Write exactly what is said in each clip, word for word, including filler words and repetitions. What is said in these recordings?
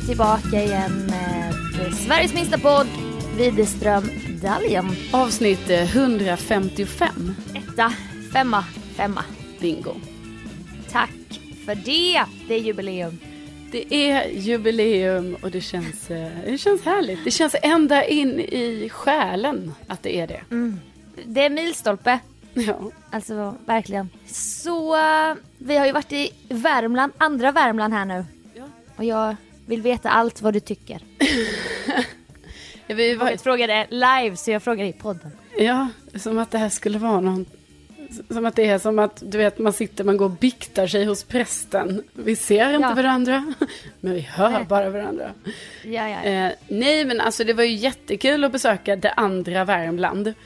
tillbaka igen med Sveriges minsta podd, Widerström-Dahlén. Avsnitt hundrafemtiofem. Etta, femma, femma. Bingo. Tack för det. Det är jubileum. Det är jubileum och det känns, det känns härligt. Det känns ända in i själen att det är det. Mm. Det är milstolpe. Ja. Alltså, verkligen. Så vi har ju varit i Värmland, andra Värmland här nu. Ja. Och jag vill veta allt vad du tycker. Ja, vi var... Jag frågade live, så jag frågar i podden. Ja, som att det här skulle vara någon... Som att det är som att, du vet, man sitter, man går och biktar sig hos prästen. Vi ser inte ja. varandra, men vi hör nej. bara varandra. Ja, ja, ja. Eh, nej, men alltså det var ju jättekul att besöka det andra Värmland.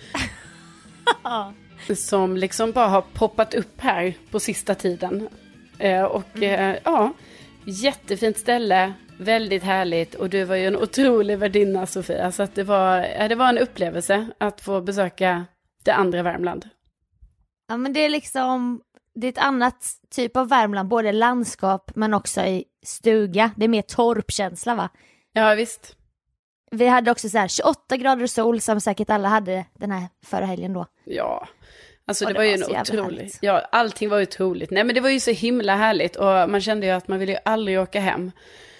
Som liksom bara har poppat upp här på sista tiden. Eh, och mm. eh, ja, jättefint ställe, väldigt härligt. Och du var ju en otrolig värdinna, Sofia. Så att det, var, eh, det var en upplevelse att få besöka det andra Värmland. Ja, men det är liksom, det är ett annat typ av Värmland, både landskap men också i stuga. Det är mer torpkänsla, va? Ja, visst. Vi hade också så här tjugoåtta grader sol, som säkert alla hade den här förra helgen då. Ja, alltså det, det var ju var en otrolig. Ja, allting var otroligt. Nej, men det var ju så himla härligt och man kände ju att man ville ju aldrig åka hem.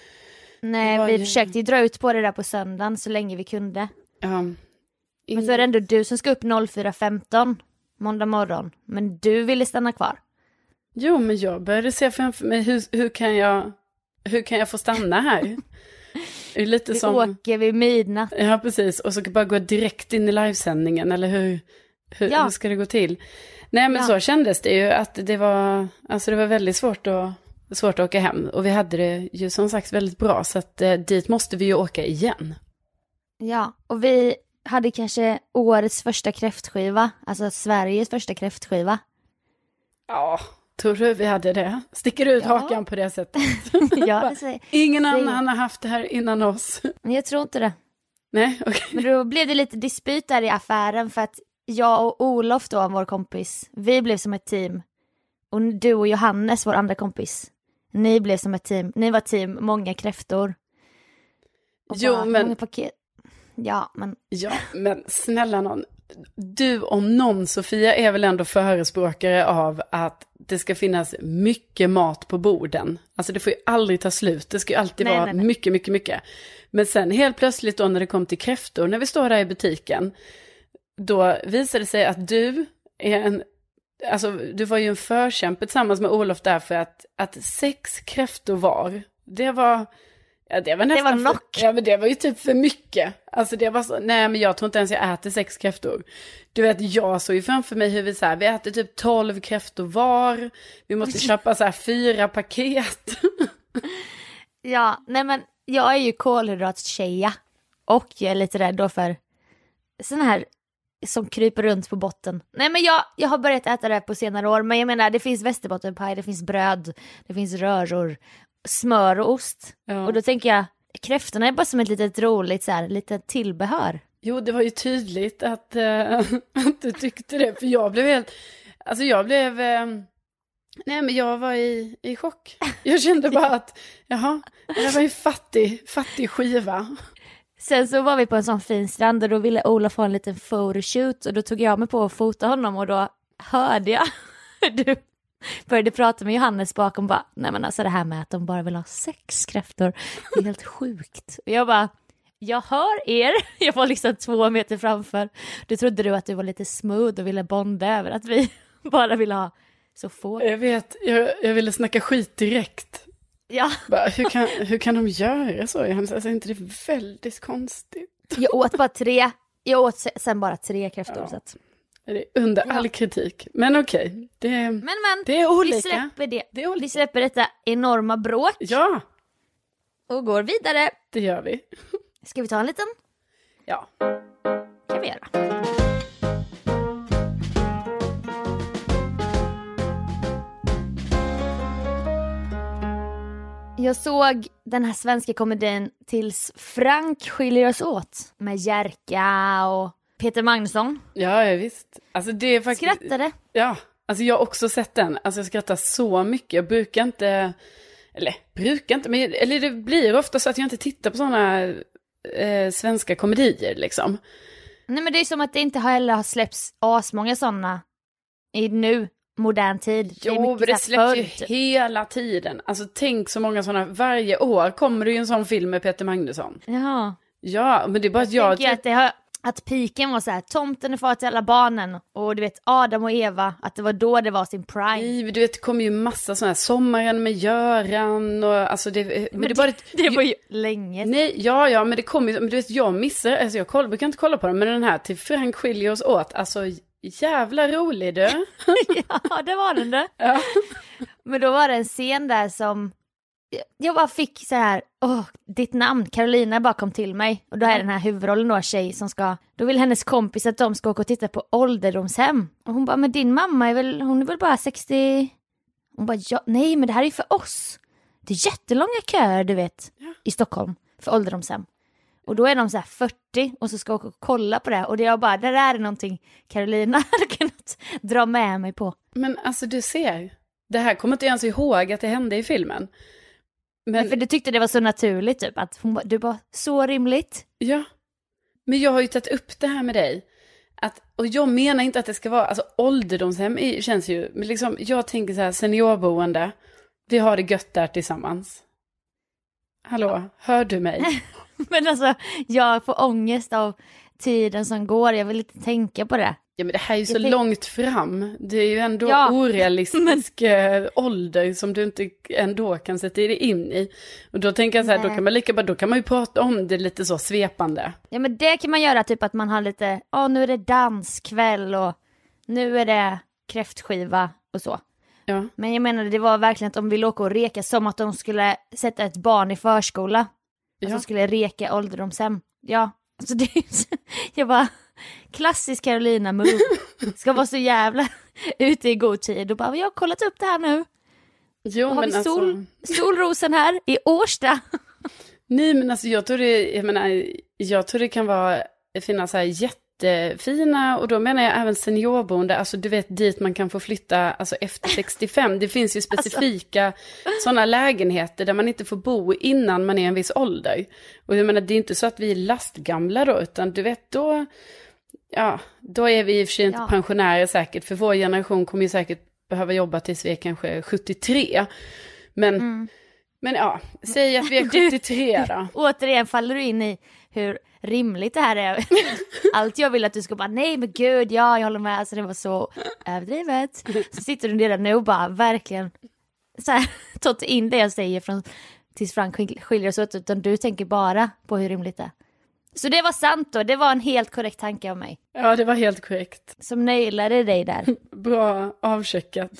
Nej, vi ju... försökte ju dra ut på det där på söndagen så länge vi kunde. Ja. In... Men så är det ändå du som ska upp fyra femton måndag morgon. Men du ville stanna kvar. Jo, men jag började se framför mig hur, hur, kan, jag, hur kan jag få stanna här? Det är lite vi som... åker vid midnatt. Ja, precis. Och så bara gå direkt in i livesändningen. Eller hur, hur, ja. hur ska det gå till? Nej, men ja. Så kändes det ju att det var, alltså det var väldigt svårt att, svårt att åka hem. Och vi hade det ju som sagt väldigt bra. Så att eh, dit måste vi ju åka igen. Ja, och vi hade kanske årets första kräftskiva. Alltså Sveriges första kräftskiva. Ja, tror du vi hade det? Sticker ut ja. hakan på det sättet? Ja, det säger. Ingen annan har haft det här innan oss. Men jag tror inte det. Nej, okej. Okay. Men då blev det lite dispyt där i affären för att jag och Olof då, vår kompis, vi blev som ett team. Och du och Johannes, vår andra kompis, ni blev som ett team. Ni var team många kräftor. Och jo, bara, men... många paket. Ja, men... Ja, men snälla någon. Du om någon, Sofia, är väl ändå förespråkare av att det ska finnas mycket mat på borden. Alltså det får ju aldrig ta slut. Det ska ju alltid nej, vara nej, nej. mycket, mycket, mycket. Men sen helt plötsligt då när det kom till kräftor, när vi står där i butiken, då visade det sig att du är en, alltså du var ju en förkämpe tillsammans med Olof där för att, att sex kräftor var, det var... Ja, det var nästan det var nock. För, ja, men det var ju typ för mycket. Alltså det var så, nej men jag tror inte ens jag äter sex kräftor. Du vet, jag såg ju framför mig hur vi så här, vi äter typ tolv kräftor var. Vi måste köpa så här fyra paket. Ja, nej men jag är ju kolhydratstjeja. Och jag är lite rädd då för sån här som kryper runt på botten. Nej men jag, jag har börjat äta det på senare år. Men jag menar, det finns västerbottenpaj, det finns bröd, det finns röror, smör och ost. Ja. Och då tänker jag, kräftorna är bara som ett litet roligt så här, litet tillbehör. Jo, det var ju tydligt att, äh, att du tyckte det. För jag blev helt, alltså jag blev, äh, nej men jag var i, i chock. Jag kände bara att, jaha, det var ju fattig, fattig skiva. Sen så var vi på en sån fin strand och då ville Olof ha en liten photoshoot. Och då tog jag mig på att fota honom och då hörde jag du började prata med Johannes bakom bara, nej men alltså det här med att de bara vill ha sex kräftor, det är helt sjukt. Och jag bara, jag hör er. Jag var liksom två meter framför. Du trodde du att du var lite smooth och ville bonda över att vi bara ville ha så få. Jag vet, jag, jag ville snacka skit direkt. Ja. Bara, hur, kan, hur kan de göra så? Johannes? Alltså, inte det är väldigt konstigt. Jag åt bara tre. Jag åt sen bara tre kräftor. Ja. Så att... Det är under ja. all kritik. Men okej, okay. det, men, men, det är olika. Vi släpper, det. Det är olika. Vi släpper detta enorma bråk. Ja. Och går vidare. Det gör vi. Ska vi ta en liten? Ja. Kan vi göra. Jag såg den här svenska komedin Tills Frank skiljer oss åt. Med Jerka och Peter Magnusson. Ja, ja visst. Alltså det är faktiskt... Skrattade. Ja, alltså jag har också sett den. Alltså jag skrattar så mycket. Jag brukar inte... eller brukar inte, men eller det blir ofta så att jag inte tittar på sådana eh, svenska komedier liksom. Nej, men det är som att det inte heller har släppts asmånga sådana i nu, modern tid. Jo, det, men det släpps ju typ hela tiden. Alltså tänk så många sådana, varje år kommer det ju en sån film med Peter Magnusson. Ja. Ja, men det är bara att jag... jag att det har... Att piken var så här, tomten är far till alla barnen. Och du vet, Adam och Eva, att det var då det var sin prime. Nej, du vet, det kom ju massa sådana här, Sommaren med Göran och alltså det... Men, men det, det, bara, det var ju länge. Nej, ja, ja, men det kom ju, men du vet, jag missar, alltså jag koll, brukar inte kolla på den, men den här till Frank skiljer oss åt, alltså jävla rolig du. Ja, det var den det. Ja. Men då var det en scen där som... Jag bara fick så här, åh, ditt namn, Carolina, bara kom till mig. Och då är den här huvudrollen då, tjej som ska, då vill hennes kompis att de ska åka och titta på ålderdomshem. Och hon bara, men din mamma är väl, hon är väl bara sextio? Hon bara, ja, nej men det här är ju för oss. Det är jättelånga köer, du vet, ja. I Stockholm för ålderdomshem. Och då är de så här fyrtio och så ska jag åka och kolla på det. Och det är bara, där är det någonting Carolina hade kunnat dra med mig på. Men alltså du ser, det här kommer inte ens ihåg att det hände i filmen. Men... För du tyckte det var så naturligt typ, att hon, du bara, så rimligt. Ja, men jag har ju tagit upp det här med dig. Att, och jag menar inte att det ska vara, alltså ålderdomshem är, känns ju, men liksom, jag tänker så här, seniorboende, vi har det gött där tillsammans. Hallå, ja. Hör du mig? Men alltså, jag får ångest av tiden som går, jag vill inte tänka på det. Ja, men det här är ju så tänk... långt fram. Det är ju ändå ja. orealistisk men... ålder som du inte ändå kan sätta dig in i. Och då tänker jag så här, då kan man lika bara, då kan man ju prata om det lite så svepande. Ja, men det kan man göra, typ att man har lite, ja nu är det danskväll och nu är det kräftskiva och så. Ja. Men jag menar, det var verkligen att de ville åka och reka som att de skulle sätta ett barn i förskola. Ja. Alltså skulle reka ålderdomshem. Ja, alltså det är jag bara... Klassisk Carolina move. Ska vara så jävla ute i god tid. Och bara, jag har kollat upp det här nu. Jo, har men vi sol, alltså... solrosen här i Årsta. Nej, men alltså jag tror det, jag menar, jag tror det kan vara, finnas så här jättefina, och då menar jag även seniorboende, alltså du vet dit man kan få flytta alltså efter sextiofem. Det finns ju specifika alltså... sådana lägenheter där man inte får bo innan man är en viss ålder. Och jag menar, det är inte så att vi är lastgamla då, utan du vet då... Ja, då är vi i och för sig inte ja. pensionärer säkert. För vår generation kommer ju säkert behöva jobba tills vi är kanske sjuttiotre. Men, mm. men ja, säg att vi är sjuttiotre då. Återigen faller du in i hur rimligt det här är. Allt jag vill att du ska bara, nej men gud, ja jag håller med. Alltså det var så överdrivet. Så sitter du där nu och bara verkligen så här, tagit in det jag säger från tills Frank skiljer oss åt. Utan du tänker bara på hur rimligt det är. Så det var sant då, det var en helt korrekt tanke av mig. Ja, det var helt korrekt. Som nailade dig där. Bra avcheckat.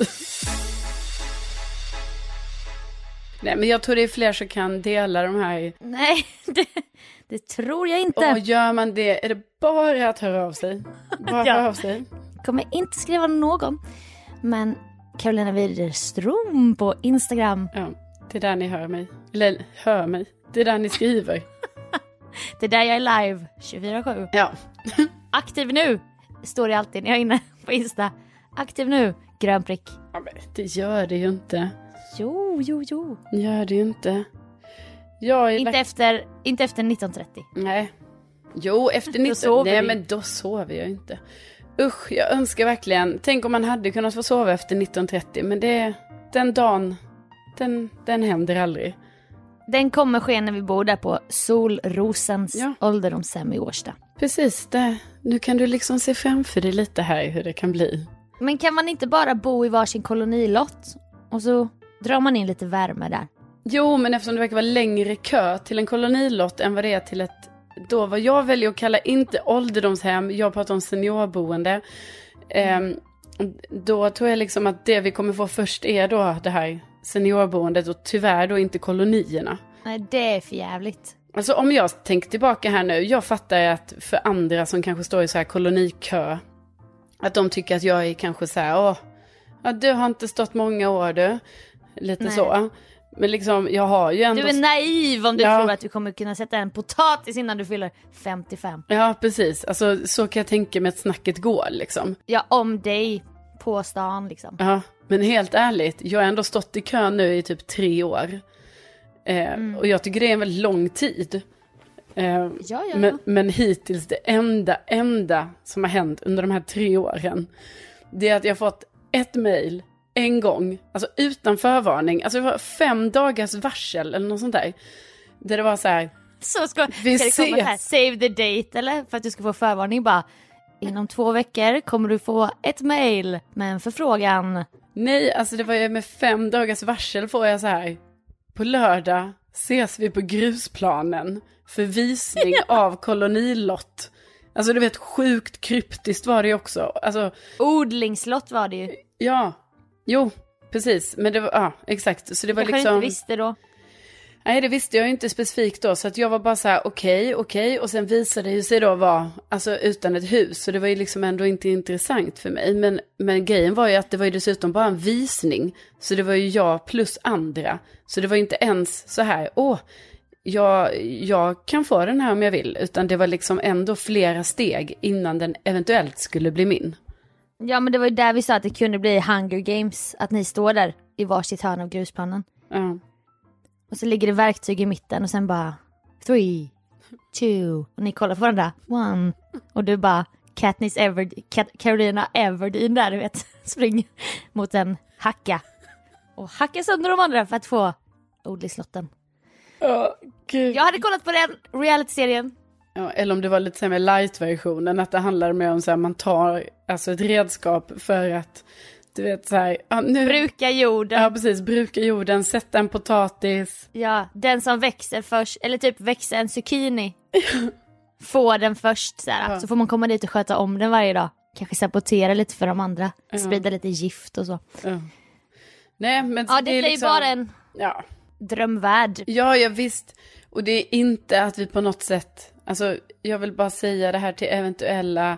Nej, men jag tror det är fler som kan dela de här. Nej, det, det tror jag inte. Och gör man det, är det bara att höra av sig. Bara ja. höra av sig. Kommer inte skriva någon. Men Carolina Widerström på Instagram. Ja, det är där ni hör mig. Eller hör mig. Det är där ni skriver. Det är där jag är live tjugofyra sju. Ja. Aktiv nu, står det alltid när jag är inne på Insta. Aktiv nu, grön prick. Ja, men det gör det ju inte. Jo, jo, jo. Gör det ju inte. Jag är inte, verk... efter, inte efter nitton trettio. Nej. Jo, efter nitton... Nej, vi. men då sover jag inte. Usch, jag önskar verkligen... Tänk om man hade kunnat få sova efter nitton trettio. Men det... Den dagen... Den, den händer aldrig. Den kommer ske när vi bor där på Solrosens ja. ålderdomshem i Årsta. Precis, det. Nu kan du liksom se framför dig lite här hur det kan bli. Men kan man inte bara bo i varsin kolonilott och så drar man in lite värme där? Jo, men eftersom det verkar vara längre kö till en kolonilott än vad det är till ett... Då vad jag väljer att kalla inte ålderdomshem, jag pratar om seniorboende. Mm. Eh, då tror jag liksom att det vi kommer få först är då det här... seniorboendet och tyvärr då inte kolonierna. Nej, det är för jävligt. Alltså om jag tänker tillbaka här nu, jag fattar att för andra som kanske står i så här kolonikö, att de tycker att jag är kanske så här, åh, ja, du har inte stått många år du, lite Nej. så. Men liksom, jag har ju ändå... Du är naiv om du ja. tror att du kommer kunna sätta en potatis innan du fyller femtiofem. Ja, precis. Alltså så kan jag tänka mig att snacket går liksom. Ja, om dig på stan liksom. Ja. Men helt ärligt, jag har ändå stått i kö nu i typ tre år. Eh, mm. Och jag tycker det är en väldigt lång tid. Eh, ja, ja, ja. Men, men hittills det enda, enda som har hänt under de här tre åren, det är att jag har fått ett mejl en gång, alltså utan förvarning. Alltså det var fem dagars varsel eller något sånt där. Där det var så här... Så ska, vi ska det komma så här, save the date eller? För att du ska få förvarning bara... Inom två veckor kommer du få ett mejl med en förfrågan. Nej, alltså det var ju med fem dagars varsel får jag så här. På lördag ses vi på grusplanen för visning av kolonilott. Alltså du vet, sjukt kryptiskt var det ju också. Alltså, odlingslott var det ju. Ja, jo, precis. Men det var, ja, exakt. Så det var jag liksom... inte visste då. Nej, det visste jag inte specifikt då. Så att jag var bara så här, okej, okay, okej. Okay. Och sen visade det ju sig då vara, alltså utan ett hus. Så det var ju liksom ändå inte intressant för mig. Men, men grejen var ju att det var ju dessutom bara en visning. Så det var ju jag plus andra. Så det var ju inte ens så här, åh, jag, jag kan få den här om jag vill. Utan det var liksom ändå flera steg innan den eventuellt skulle bli min. Ja, men det var ju där vi sa att det kunde bli Hunger Games. Att ni står där i varsitt hörn av grusplanen. Ja. Och så ligger det verktyg i mitten och sen bara three, two. Och ni kollar på varandra. One. Och du bara Katniss Everdeen, Kat- Carolina Everdeen där, du vet. Springer mot en hacka. Och hackar sönder de andra för att få odlingslotten. Oh, Gud. Jag hade kollat på den reality-serien. Ja, eller om det var lite så här med light-versionen. Att det handlar mer om så här, man tar alltså ett redskap för att... Du vet så här, ja, nu, bruka jorden. Ja, precis. Bruka jorden, sätta en potatis. Ja, den som växer först. Eller typ växer en zucchini. Får den först. Så, här, ja. Så får man komma dit och sköta om den varje dag. Kanske sabotera lite för de andra. Ja. Sprida lite gift och så. Ja, Nej, men ja det, det är är liksom, ju bara en ja. drömvärld. Ja, ja, visst. Och det är inte att vi på något sätt... Alltså, jag vill bara säga det här till eventuella...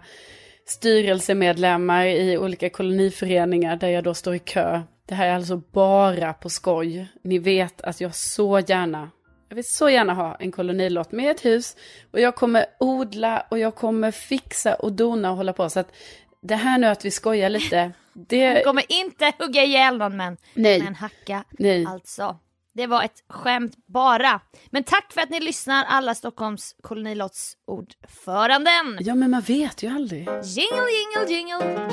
styrelsemedlemmar i olika koloniföreningar där jag då står i kö. Det här är alltså bara på skoj. Ni vet att jag så gärna, jag vill så gärna ha en kolonilott med ett hus. Och jag kommer odla och jag kommer fixa och dona och hålla på. Så att det här nu att vi skojar lite. Det... Jag kommer inte hugga ihjäl någon men Nej. med en hacka. Nej. Alltså. Det var ett skämt bara. Men tack för att ni lyssnar alla Stockholms kolonilotts ordföranden. Ja, men man vet ju aldrig. Jingle, jingle, jingle.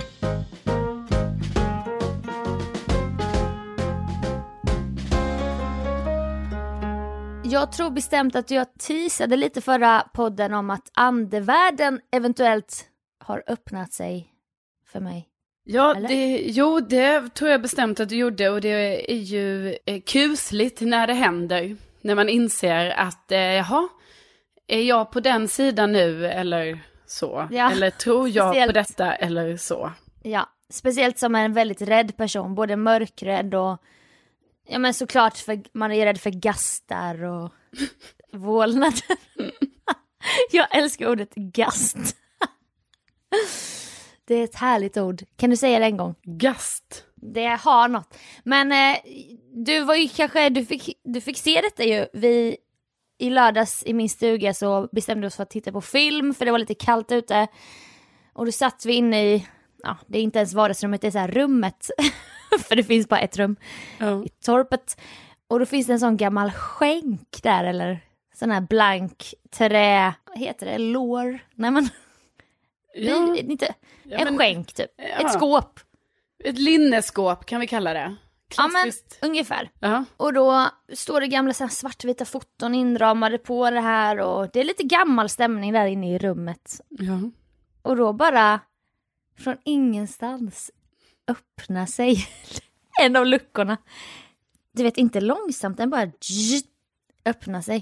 Jag tror bestämt att jag teasade lite förra podden om att andevärlden eventuellt har öppnat sig för mig. Ja, det, jo, det tror jag bestämt att du gjorde och det är ju eh, kusligt när det händer. När man inser att, eh, jaha, är jag på den sidan nu eller så? Ja, eller tror jag speciellt, på detta eller så? Ja, speciellt som en väldigt rädd person, både mörkrädd och, ja men såklart för, man är rädd för gastar och vålnader. Jag älskar ordet gast. Det är ett härligt ord. Kan du säga det en gång? Gast. Det har något. Men eh, du var ju kanske, du fick, du fick se detta ju. Vi i lördags i min stuga så bestämde oss för att titta på film. För det var lite kallt ute. Och då satt vi inne i, ja det är inte ens vardagsrummet, det är så här rummet. För det finns bara ett rum. Oh. I torpet. Och då finns det en sån gammal skänk där. Eller sån här blank trä, vad heter det? Lår? Nej men... Ja. Vi, inte, ja, en men, skänk typ. Ja. Ett skåp. Ett linneskåp kan vi kalla det. Klassiskt. Ja men ungefär. Uh-huh. Och då står det gamla så här, svartvita foton inramade på det här. Och det är lite gammal stämning där inne i rummet. Uh-huh. Och då bara från ingenstans öppnar sig en av luckorna. Du vet inte långsamt, den bara öppnar sig.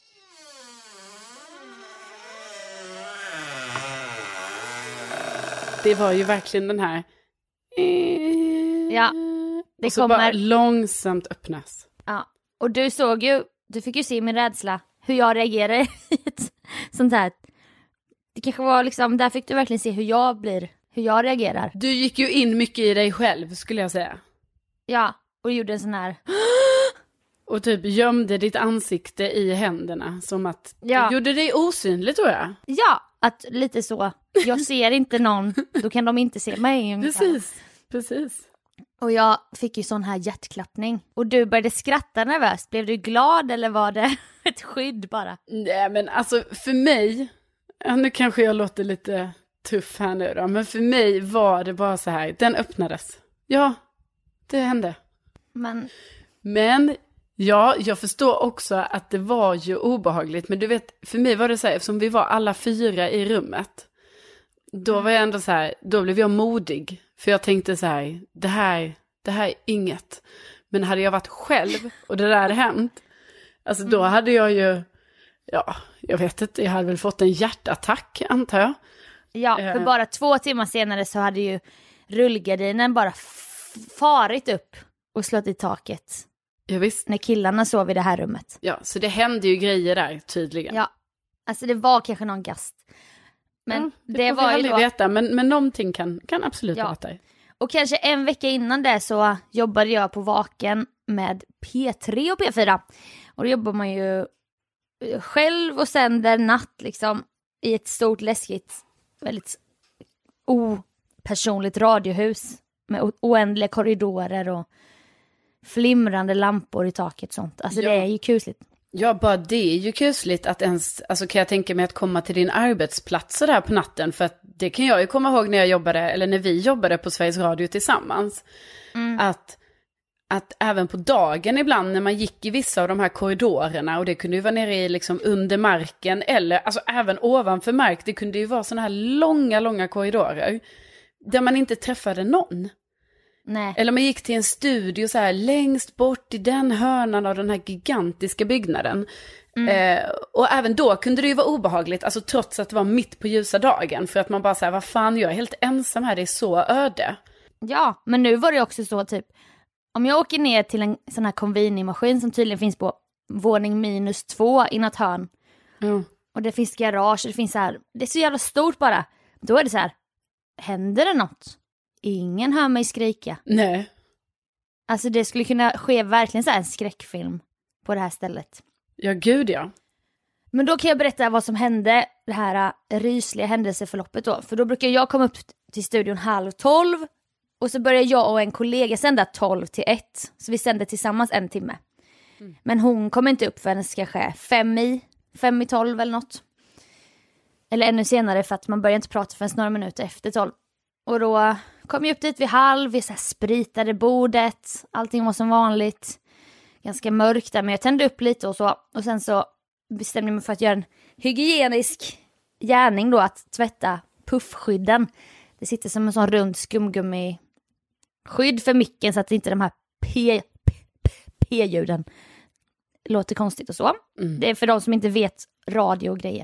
Det var ju verkligen den här... Ja, det och så kommer... bara långsamt öppnas. Ja, och du såg ju, du fick ju se min rädsla, hur jag reagerar i ett sånt här. Det kanske var liksom, där fick du verkligen se hur jag blir, hur jag reagerar. Du gick ju in mycket i dig själv, skulle jag säga. Ja, och gjorde en sån här... Och typ gömde ditt ansikte i händerna, som att ja. Du gjorde dig osynlig, tror jag. Ja, att lite så. Jag ser inte någon, då kan de inte se mig. Precis, precis. Och jag fick ju sån här hjärtklappning. Och du började skratta nervöst. Blev du glad eller var det ett skydd bara? Nej, men alltså för mig, ja, nu kanske jag låter lite tuff här nu då, men för mig var det bara så här, den öppnades. Ja, det hände. Men, Men ja, jag förstår också att det var ju obehagligt, men du vet, för mig var det så här, eftersom vi var alla fyra i rummet, då var jag ändå så här, då blev jag modig. För jag tänkte så här, det här, det här är inget. Men hade jag varit själv och det där hade hänt, alltså då hade jag ju, ja, jag vet inte, jag hade väl fått en hjärtattack, antar jag. ja, för Eh. bara två timmar senare så hade ju rullgardinen bara f- farit upp och slått i taket. Ja, visst. När killarna sov i det här rummet. Ja, så det hände ju grejer där tydligen. Ja, alltså det var kanske någon gast. Men ja, det, det får var vi ju aldrig då... veta, men, men någonting kan, kan absolut Ja. ha varit där. Och kanske en vecka innan det så jobbade jag på Vaken med P tre och P fyra. Och då jobbar man ju själv och sänder natt liksom i ett stort läskigt, väldigt opersonligt radiohus med o- oändliga korridorer och flimrande lampor i taket och sånt. Alltså Ja. det är ju kusligt. Ja, bara det är ju kusligt att ens, alltså kan jag tänka mig att komma till din arbetsplats så där på natten, för att det kan jag ju komma ihåg när jag jobbade, eller när vi jobbade på Sveriges Radio tillsammans, Mm. att, att även på dagen ibland när man gick i vissa av de här korridorerna, och det kunde ju vara nere i liksom under marken, eller alltså även ovanför mark, det kunde ju vara sådana här långa, långa korridorer, där man inte träffade någon. Nej. Eller man gick till en studio så här längst bort i den hörnan av den här gigantiska byggnaden. Mm. Eh, och även då kunde det ju vara obehagligt, alltså trots att det var mitt på ljusa dagen. För att man bara säger, vad fan, jag är helt ensam här, det är så öde. Ja, men nu var det också så typ, om jag åker ner till en sån här Convini-maskin som tydligen finns på våning minus två i något hörn. Mm. Och det finns garage, det finns så här, det är så jävla stort bara. Då är det så här, händer det något? Ingen hör mig skrika. Nej. Alltså det skulle kunna ske verkligen så här en skräckfilm på det här stället. Ja, gud ja. Men då kan jag berätta vad som hände, det här uh, rysliga händelseförloppet då. För då brukar jag komma upp till studion halv tolv. Och så börjar jag och en kollega sända tolv till ett. Så vi sänder tillsammans en timme. Mm. Men hon kommer inte upp förrän kanske fem i, fem i tolv eller något. Eller ännu senare, för att man börjar inte prata förrän några minuter efter tolv. Och då kom jag upp dit vid halv, vi så här spritade bordet, allting var som vanligt. Ganska mörkt där, men jag tände upp lite och så. Och sen så bestämde jag mig för att göra en hygienisk gärning då, att tvätta puffskydden. Det sitter som en sån rund skumgummi-skydd för micken så att inte de här p- p- p-ljuden låter konstigt och så. Mm. Det är för de som inte vet radio och grejer.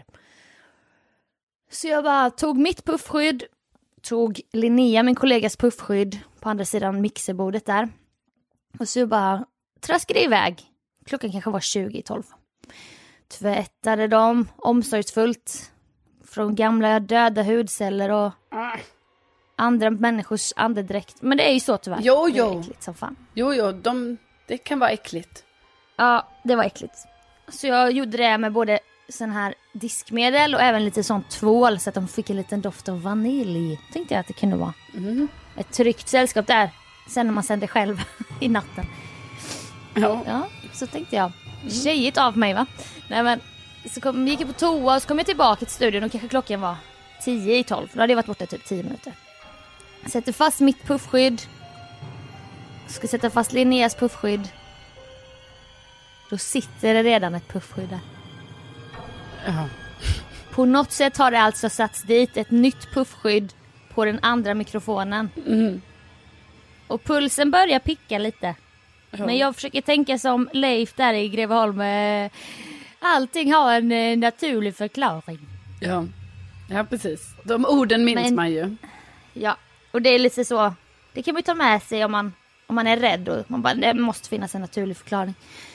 Så jag bara tog mitt puffskydd, tog Linnea, min kollegas puffskydd, på andra sidan mixerbordet där. Och så bara traskade iväg. Klockan kanske var tjugo i tolv. Tvättade dem omsorgsfullt från gamla döda hudceller och andra människors andedräkt. Men det är ju så tyvärr. Jo, jo. Det är äckligt som fan. Jo, jo, de, det kan vara äckligt. Ja, det var äckligt. Så jag gjorde det med både sån här diskmedel och även lite sån tvål så att de fick en liten doft av vanilj. Tänkte jag att det kunde vara. Mm. Ett tryggt sällskap där. Sen när man sänder själv i natten. Ja. Ja, så tänkte jag. Tjejigt av mig, va? Nej, men så kom, gick jag på toa och så kom jag tillbaka till studion och kanske klockan var tio i tolv. Då hade jag varit borta typ tio minuter. Sätter fast mitt puffskydd. Ska sätta fast Linneas puffskydd. Då sitter det redan ett puffskydd där. Ja. På något sätt har det alltså satts dit ett nytt puffskydd på den andra mikrofonen. Mm. Och pulsen börjar picka lite. Ja. Men jag försöker tänka som Leif där i Greveholm. Allting har en eh, naturlig förklaring. Ja. Ja, precis. De orden minns Men, man ju. Ja, och det är lite så. Det kan man ju ta med sig om man, om man är rädd. Och man bara, det måste finnas en naturlig förklaring.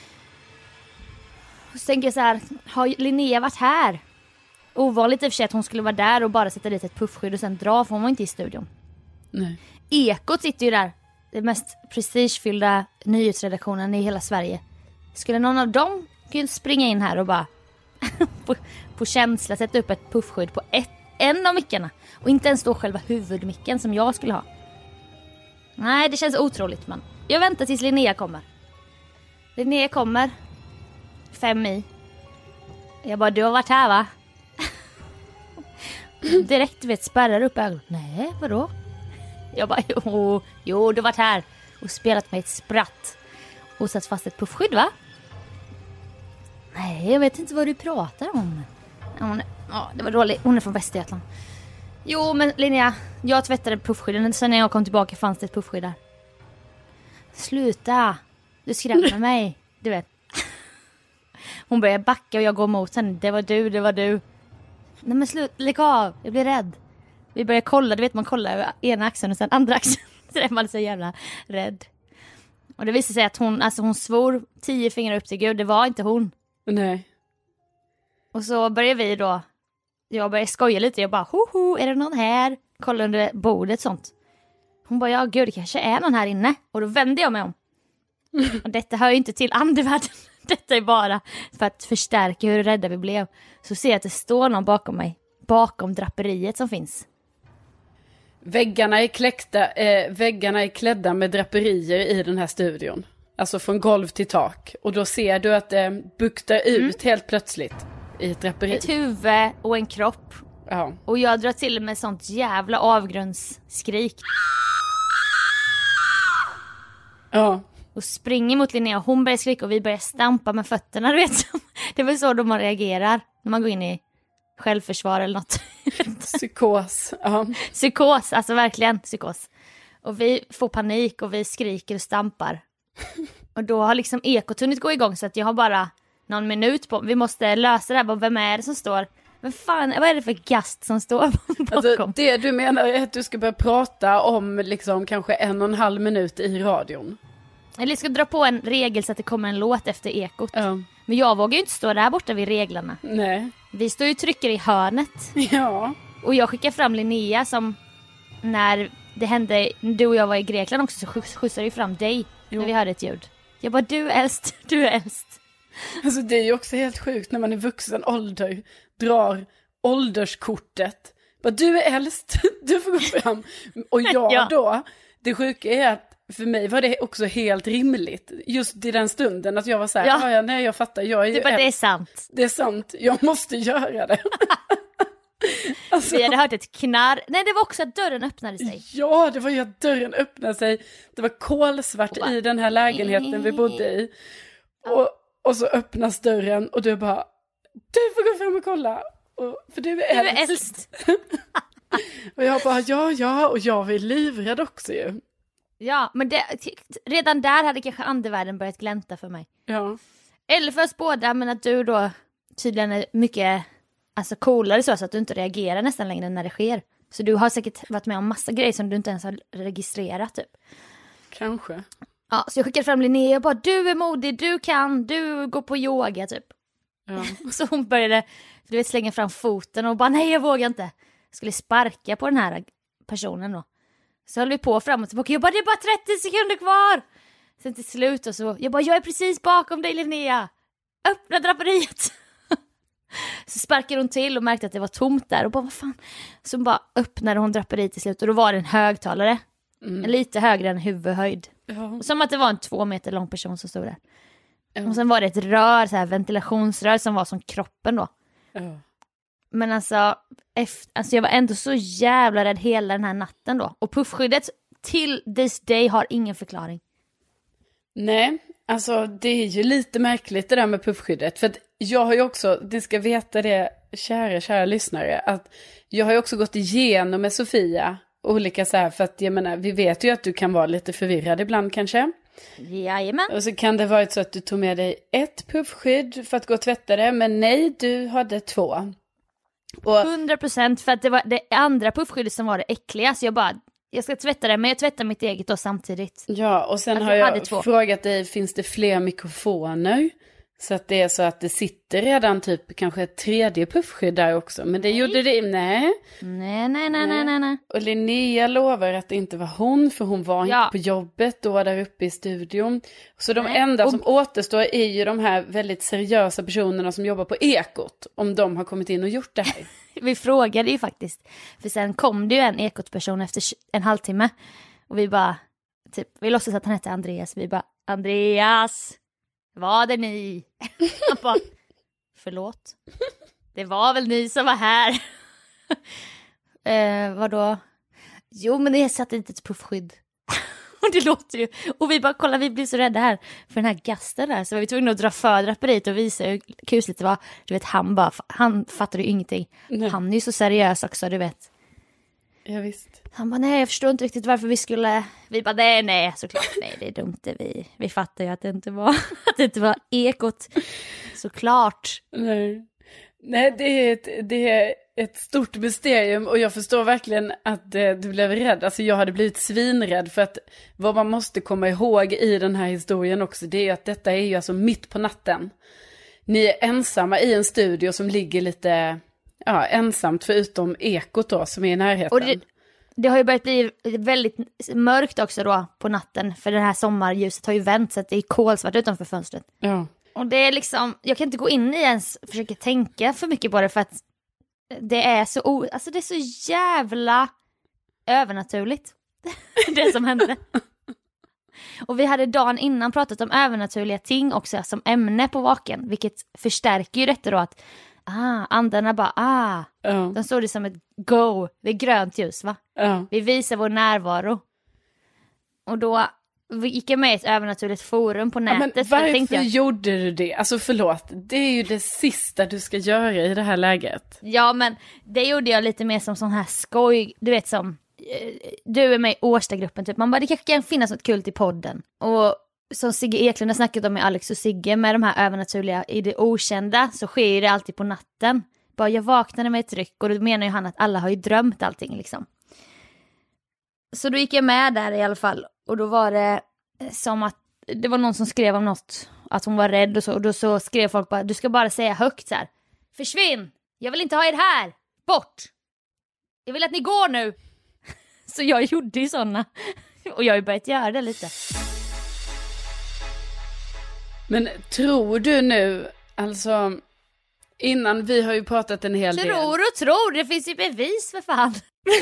Och så tänker jag så här, har Linnea varit här? Ovanligt i och för sig att hon skulle vara där och bara sätta dit ett puffskydd och sen dra, för hon var inte i studion. Nej. Ekot sitter ju där. Det mest prestigefyllda nyhetsredaktionen i hela Sverige. Skulle någon av dem kunna springa in här och bara på, på känsla sätta upp ett puffskydd på ett, en av mickarna. Och inte ens då själva huvudmicken som jag skulle ha. Nej, det känns otroligt, men jag väntar tills Linnea kommer. Linnea kommer. Fem i. Jag bara, du har varit här va? Direkt vet spärrar upp ögonen. Nej, vadå? Jag bara, jo, jo, du har varit här och spelat med ett spratt. Och satt fast ett puffskydd va? Nej, jag vet inte vad du pratar om. Hon, ja, det var dåligt. Hon är från Västergötland. Jo, men Linnea, jag tvättade puffskydden. Sen när jag kom tillbaka fanns det ett puffskydd där. Sluta. Du skrämmer mig. Du vet. Hon börjar backa och jag går mot henne. Det var du, det var du. Nej men slut, lägg av. Jag blir rädd. Vi börjar kolla, du vet man kollar över ena axeln och sen andra axeln. Så är man så jävla rädd. Och det visade sig att hon, alltså hon svor tio fingrar upp till Gud. Det var inte hon. Nej. Och så börjar vi då. Jag börjar skoja lite. Jag bara, hoho, är det någon här? Kolla under bordet sånt. Hon bara, ja gud det kanske är någon här inne. Och då vände jag mig om. Och detta hör ju inte till andevärlden. Detta är bara för att förstärka hur rädda vi blev. Så ser jag att det står någon bakom mig. Bakom draperiet som finns. Väggarna är, kläckta, eh, väggarna är klädda med draperier i den här studion. Alltså från golv till tak. Och då ser du att det buktar ut mm. helt plötsligt i ett draperi. Ett huvud och en kropp. Ja. Och jag drar till med sånt jävla avgrundsskrik. Ja. Och springer mot Linnea och hon börjar skrika och vi börjar stampa med fötterna. Du vet. Det är väl så de reagerar när man går in i självförsvar eller något. Psykos. Ja. Psykos, alltså verkligen psykos. Och vi får panik och vi skriker och stampar. Och då har liksom ekot hunnit gå igång så att jag har bara någon minut på. Vi måste lösa det här. Vem är det som står? Men fan, vad är det för gast som står bakom? Alltså, det du menar är att du ska börja prata om liksom kanske en och en halv minut i radion. Eller jag ska dra på en regel så att det kommer en låt efter ekot. Ja. Men jag vågar ju inte stå där borta vid reglerna. Nej. Vi står ju och trycker i hörnet. Ja. Och jag skickar fram Linnea som när det hände, du och jag var i Grekland också, så skjutsade ju fram dig jo. När vi hörde ett ljud. Jag bara, du är äldst, du är äldst. Alltså det är ju också helt sjukt när man i vuxen ålder drar ålderskortet. Bara, du är äldst, du får gå fram. Och jag ja. Då, det sjuka är att för mig var det också helt rimligt. Just i den stunden att jag var så här, ja. Ja, nej jag fattar, jag är ju du bara, det är sant. Det är sant, jag måste göra det. Alltså, vi hade hört ett knarr. Nej, det var också att dörren öppnade sig. Ja, det var ju att dörren öppnade sig. Det var kolsvart bara, i den här lägenheten vi bodde i. Och, och så öppnas dörren och du bara, du får gå fram och kolla. Och, för du är äldst. Du är äldst. Och jag bara, ja, ja. Och jag var livrädd också ju. Ja, men det, redan där hade kanske andevärlden börjat glänta för mig. Ja. Eller för oss båda, men att du då tydligen är mycket alltså coolare så, så att du inte reagerar nästan längre när det sker. Så du har säkert varit med om massa grejer som du inte ens har registrerat typ. Kanske. Ja, så jag skickade fram Linnea och bara, du är modig, du kan, du går på yoga typ. Ja. Så hon började, du vet, slänga fram foten och bara, nej jag vågar inte. Jag skulle sparka på den här personen då. Så höll vi på fram och tillbaka. Jag bara, det är bara trettio sekunder kvar. Sen till slut och så, jag bara, jag är precis bakom dig Linnea. Öppna draperiet. Så sparkade hon till och märkte att det var tomt där. Och bara, vad fan. Så bara öppnade hon draperiet till slut. Och då var det en högtalare. Mm. Lite högre än huvudhöjd. Ja. Och som att det var en två meter lång person som stod där. Ja. Och sen var det ett rör, så här ventilationsrör som var som kroppen då. Ja. Men alltså, efter, alltså jag var ändå så jävla rädd hela den här natten då. Och puffskyddet till this day har ingen förklaring. Nej, alltså det är ju lite märkligt det där med puffskyddet. För att jag har ju också, det ska veta det, kära, kära lyssnare, att jag har ju också gått igenom med Sofia olika så här, för att jag menar, vi vet ju att du kan vara lite förvirrad ibland kanske. Jajamän. Och så kan det vara så att du tog med dig ett puffskydd för att gå och tvätta det, men nej, du hade två. hundra procent för att det var det andra puffskyddet som var det äckliga, så jag bara, jag ska tvätta det, men jag tvättar mitt eget då samtidigt. Ja, och sen alltså, har jag, jag frågat dig, finns det fler mikrofoner? Så att det är så att det sitter redan typ kanske ett tredje puffskydd där också. Men det nej. Gjorde det, nej. Nej, nej, nej, nej, nej, nej. Och Linnea lovar att det inte var hon, för hon var ja. inte på jobbet då där uppe i studion. Så de nej. enda och... som återstår är ju de här väldigt seriösa personerna som jobbar på Ekot. Om de har kommit in och gjort det här. Vi frågade ju faktiskt. För sen kom det ju en Ekot-person efter en halvtimme. Och vi bara, typ, vi låtsas att han hette Andreas. Vi bara, Andreas, var det ni? Han bara, förlåt. Det var väl ni som var här. eh, vadå? Jo, men det satt inte ett puffskydd. Och det låter ju. Och vi bara, kolla, vi blir så rädda här för den här gasten där. Så var vi tvungna att dra för draperiet och visa hur kusligt det var. Du vet, han bara, han fattade ju ingenting. Nej. Han är ju så seriös också, du vet. Ja, visst. Han bara, nej, jag förstår inte riktigt varför vi skulle... Vi bara, nej, nej, såklart, nej, det är dumt. Det vi, vi fattar ju att det inte var, att det inte var ekot. Såklart. Nej. Nej, det är, ett, det är ett stort mysterium och jag förstår verkligen att eh, du blev rädd. Alltså jag hade blivit svinrädd för att vad man måste komma ihåg i den här historien också, det är att detta är ju alltså mitt på natten. Ni är ensamma i en studio som ligger lite ja, ensamt förutom ekot då som är i närheten. Och det, det har ju börjat bli väldigt mörkt också då på natten för det här sommarljuset har ju vänt så att det är kolsvart utanför fönstret. Ja. Och det är liksom, jag kan inte gå in i ens försöka tänka för mycket på det för att det är så, o, alltså det är så jävla övernaturligt det som hände. Och vi hade dagen innan pratat om övernaturliga ting också som ämne på vaken, vilket förstärker ju detta då att ah, andarna bara ah, ja. de såg det som ett go, det är grönt ljus va? Ja. Vi visar vår närvaro. Och då vi gick jag med i ett övernaturligt forum på nätet. Ja, men varför tänkte jag, gjorde du det? Alltså förlåt, det är ju det sista du ska göra i det här läget. Ja, men det gjorde jag lite mer som sån här skoj. Du vet som, du är med i Årstagruppen typ. Man bara, det kanske kan finnas något kul i podden. Och som Sigge Eklund har snackat om med Alex och Sigge med de här övernaturliga i det okända så sker det alltid på natten. Bara jag vaknade med ett ryck och då menar ju han att alla har ju drömt allting liksom. Så då gick jag med där i alla fall. Och då var det som att det var någon som skrev om något. Att hon var rädd och så. Och då så skrev folk bara, du ska bara säga högt så här. Försvinn! Jag vill inte ha er här! Bort! Jag vill att ni går nu! Så jag gjorde ju sådana. Och jag har ju börjat göra det lite. Men tror du nu, alltså innan vi har ju pratat en hel tror del. Tror och tror, det finns ju bevis för fan.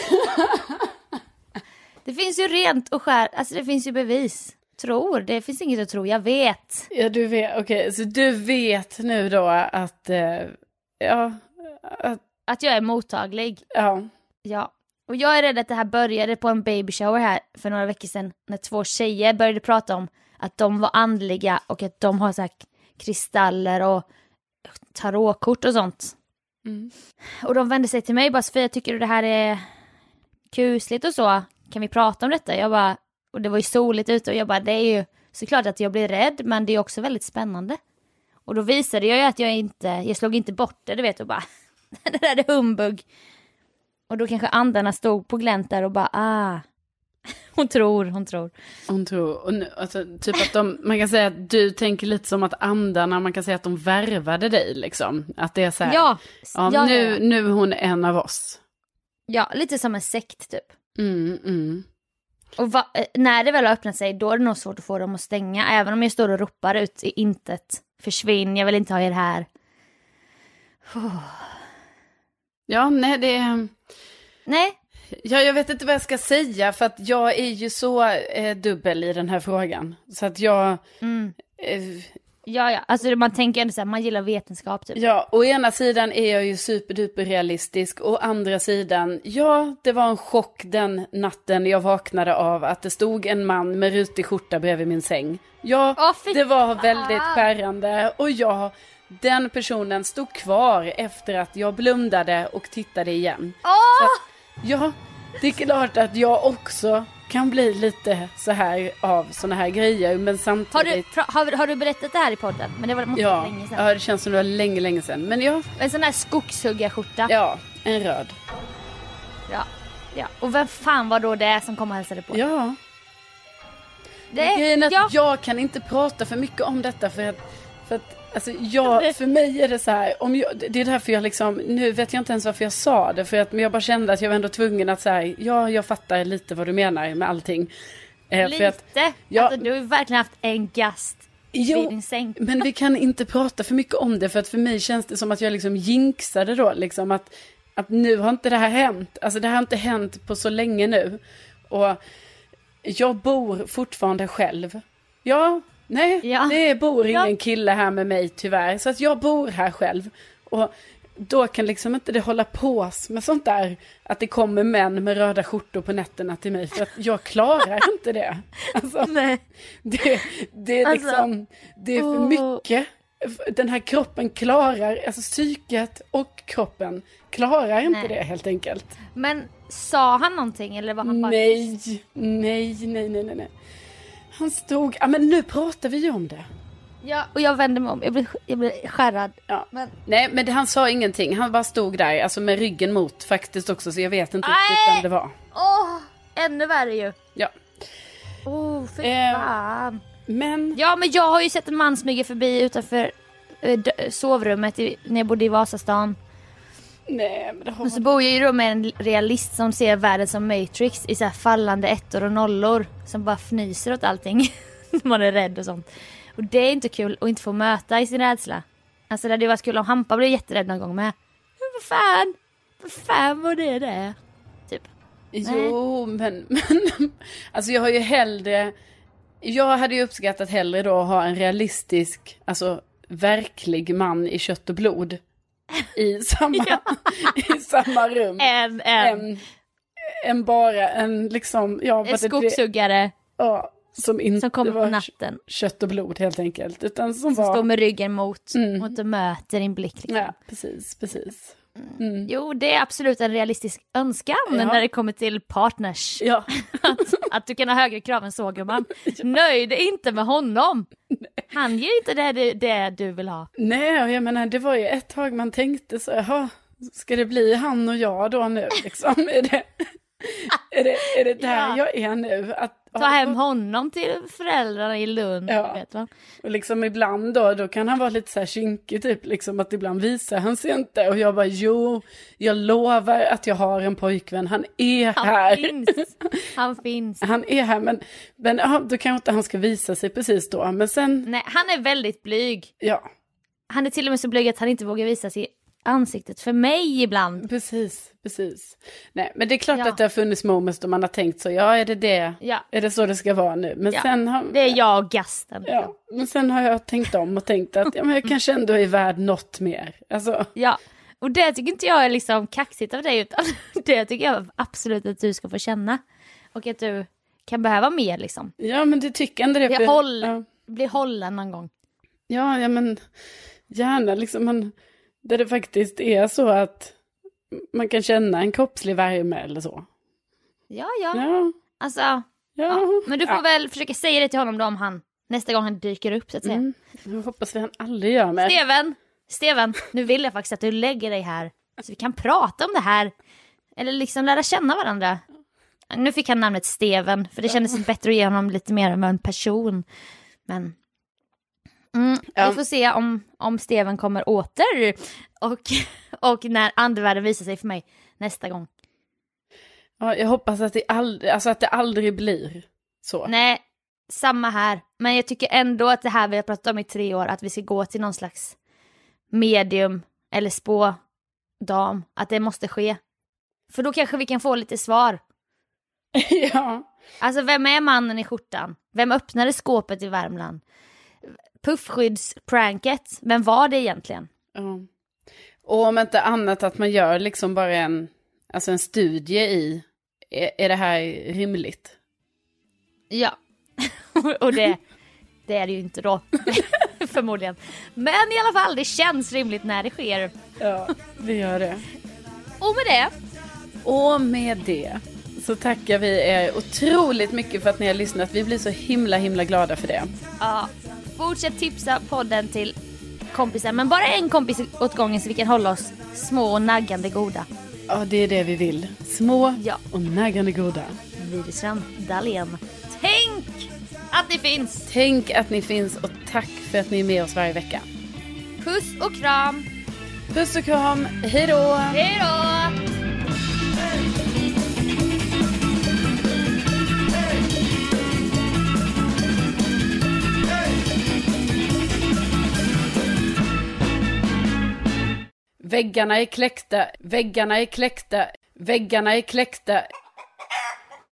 Det finns ju rent och skär, alltså det finns ju bevis. Tror, det finns inget att tro, jag vet. Ja, du vet, okej, okay, så du vet nu då att, eh, ja. Att, att jag är mottaglig. Ja. Ja, och jag är rädd att det här började på en baby shower här för några veckor sedan. När två tjejer började prata om att de var andliga och att de har så här kristaller och tarotkort och sånt. Mm. Och de vände sig till mig bara, Sofia, tycker du det här är kusligt och så? Kan vi prata om detta? Jag bara, och det var ju soligt ute och jag bara, det är ju såklart att jag blir rädd men det är också väldigt spännande. Och då visade jag ju att jag inte, jag slog inte bort det, du vet, och bara, det där är humbug. Och då kanske andarna stod på glänt där och bara, ah, hon tror, hon tror. Hon tror, och nu, alltså, typ att de, man kan säga att du tänker lite som att andarna, man kan säga att de värvade dig liksom. Att det är så här, ja, ja, ja, nu, ja. nu är hon en av oss. Ja, lite som en sekt typ. Mm, mm. Och va, när det väl har öppnat sig, då är det nog svårt att få dem att stänga. Även om jag står och ropar ut i intet. Försvinn, jag vill inte ha er här. Oh. Ja, nej det är... Nej. Ja, jag vet inte vad jag ska säga för att jag är ju så eh, dubbel i den här frågan. Så att jag... Mm. Eh, ja, ja, alltså man tänker ändå så här, man gillar vetenskap typ. Ja, å ena sidan är jag ju superduper realistisk. Å andra sidan, ja, det var en chock den natten jag vaknade av att det stod en man med rutig skjorta bredvid min säng. Ja, oh, det var väldigt skärrande och ja, den personen stod kvar efter att jag blundade och tittade igen. Oh! Så att, ja, det är klart att jag också kan bli lite så här av såna här grejer, men samtidigt... Har du, har, har du berättat det här i podden? Men det var måste ja, länge sedan. Ja, det känns som det var länge, länge sedan. Men ja. En sån här skogshuggarskjorta. Ja, en röd. Ja, ja. Och vem fan var då det som kom och hälsade på? Ja. Det är, grejen är att ja. jag kan inte prata för mycket om detta för att, för att alltså jag, för mig är det så här, om jag, det är därför jag liksom, nu vet jag inte ens varför jag sa det, för att men jag bara kände att jag var ändå tvungen att säga, ja, jag fattar lite vad du menar med allting. Eh, lite? För att, ja, alltså, du har verkligen haft en gast jo, vid din säng. Men vi kan inte prata för mycket om det, för att för mig känns det som att jag liksom jinxade då, liksom att, att nu har inte det här hänt, alltså det har inte hänt på så länge nu, och jag bor fortfarande själv. Ja, nej, Ja. det bor ingen Ja. kille här med mig tyvärr. Så att jag bor här själv. Och då kan liksom inte det hålla på med sånt där. Att det kommer män med röda skjortor på nätterna till mig. För att jag klarar inte det. Alltså, Nej. det, det är Alltså, liksom, det är för åh. mycket. Den här kroppen klarar, alltså psyket och kroppen klarar inte Nej. det helt enkelt. Men sa han någonting eller var han bara... Nej, nej, nej, nej, nej, nej. Han stod, ja men nu pratar vi ju om det. Ja, och jag vände mig om. Jag blev, jag blev skärrad. Ja. Men... Nej, men det, han sa ingenting. Han bara stod där, alltså med ryggen mot faktiskt också. Så jag vet inte Nej! riktigt vem det var. Åh, ännu värre ju. Ja, Åh, för Eh, fan. men... Ja, men jag har ju sett en man smyga förbi utanför eh, dö- sovrummet i, när jag bodde i Vasastan. Nej, men det har... Och så bor jag ju då med en realist som ser världen som Matrix i så här fallande ettor och nollor. Som bara fnyser åt allting. Man är rädd och sånt. Och det är inte kul att inte få möta i sin rädsla. Alltså det hade ju varit kul om Hampa blev jätterädd någon gång med. Men vad fan? Vad fan var det där? Typ. Jo, men, men... Alltså jag har ju hellre... Jag hade ju uppskattat hellre då att ha en realistisk, alltså verklig man i kött och blod. I samma, Ja. i samma rum. En, en, En, en bara, en liksom... Ja, en vad det- skogshuggare Ja, som inte som kommer på var natten. kött och blod helt enkelt. Utan som Som var... står med ryggen mot Mm. och inte möter din blick. Liksom. Ja, precis, precis. Mm. Jo, det är absolut en realistisk önskan Ja. när det kommer till partners. Ja, Att, att du kan ha högre krav än så, gumman. Nöjd inte med honom. Han ger inte det, det, det du vill ha. nej, jag menar det var ju ett tag man tänkte så, jaha, ska det bli han och jag då nu liksom? Är det, är det, är det där Ja. jag är nu? Att, Ta hem honom till föräldrarna i Lund. Ja. Vet va? Och liksom ibland då, då kan han vara lite så här kinkig typ, liksom att ibland visar han sig inte. Och jag bara, jo, jag lovar att jag har en pojkvän, han är Han här. finns. Han finns. Han är här, men, men ja, då kanske inte han ska visa sig precis då. Men sen, Nej, han är väldigt blyg. ja, Han är till och med så blyg att han inte vågar visa sig i ansiktet för mig ibland. precis, precis. Nej, men det är klart Ja. att det har funnits moments då man har tänkt så, ja, är det det? Ja, Är det så det ska vara nu? Men Ja, sen har, det är jag och Gasten. ja, men sen har jag tänkt om och tänkt att ja, men jag kanske ändå är värd något mer. Alltså, Ja, och det tycker inte jag är liksom kaxigt av dig, utan det tycker jag absolut att du ska få känna. Och att du kan behöva mer liksom. ja, men det tycker ändå det. Jag för- håll, ja. bli hållen någon gång. Ja, ja, men gärna liksom man, där det faktiskt är så att man kan känna en kroppslig värme eller så. Ja, ja. Ja, Alltså, ja. ja. Men du får Ja. väl försöka säga det till honom då om han nästa gång han dyker upp så att säga. Mm. Jag hoppas att han aldrig gör med. Steven, Steven, nu vill jag faktiskt att du lägger dig här så vi kan prata om det här. Eller liksom lära känna varandra. Nu fick han namnet Steven, för det kändes bättre att ge honom lite mer av en person. Men mm, Ja. vi får se om, om Steven kommer åter och, och när andevärlden visar sig för mig nästa gång. Ja, jag hoppas att det, aldrig, alltså att det aldrig blir så. Nej, samma här. Men jag tycker ändå att det här vi har pratat om i tre år, att vi ska gå till någon slags medium eller spådam, att det måste ske. För då kanske vi kan få lite svar. Ja. Alltså, vem är mannen i skjortan? Vem öppnade skåpet i Värmland? Puffskyddspranket, vem var det egentligen? Ja. Och om inte annat att man gör liksom bara en, alltså en studie i, är, är det här rimligt? Ja, och det, det är det ju inte då, förmodligen. Men i alla fall, det känns rimligt när det sker. Ja, det gör det. Och med det, Och med det så tackar vi er otroligt mycket för att ni har lyssnat. Vi blir så himla himla glada för det. ja, fortsätt tipsa podden till kompisar. Men bara en kompis åt gången så vi kan hålla oss små och naggande goda. Ja, det är det vi vill. Små Ja. och naggande goda. Widerström Dahlén. Tänk att ni finns! Tänk att ni finns och tack för att ni är med oss varje vecka. Puss och kram! Puss och kram, hej då! Hej då! Väggarna är kläckta, väggarna är kläckta, väggarna är kläckta.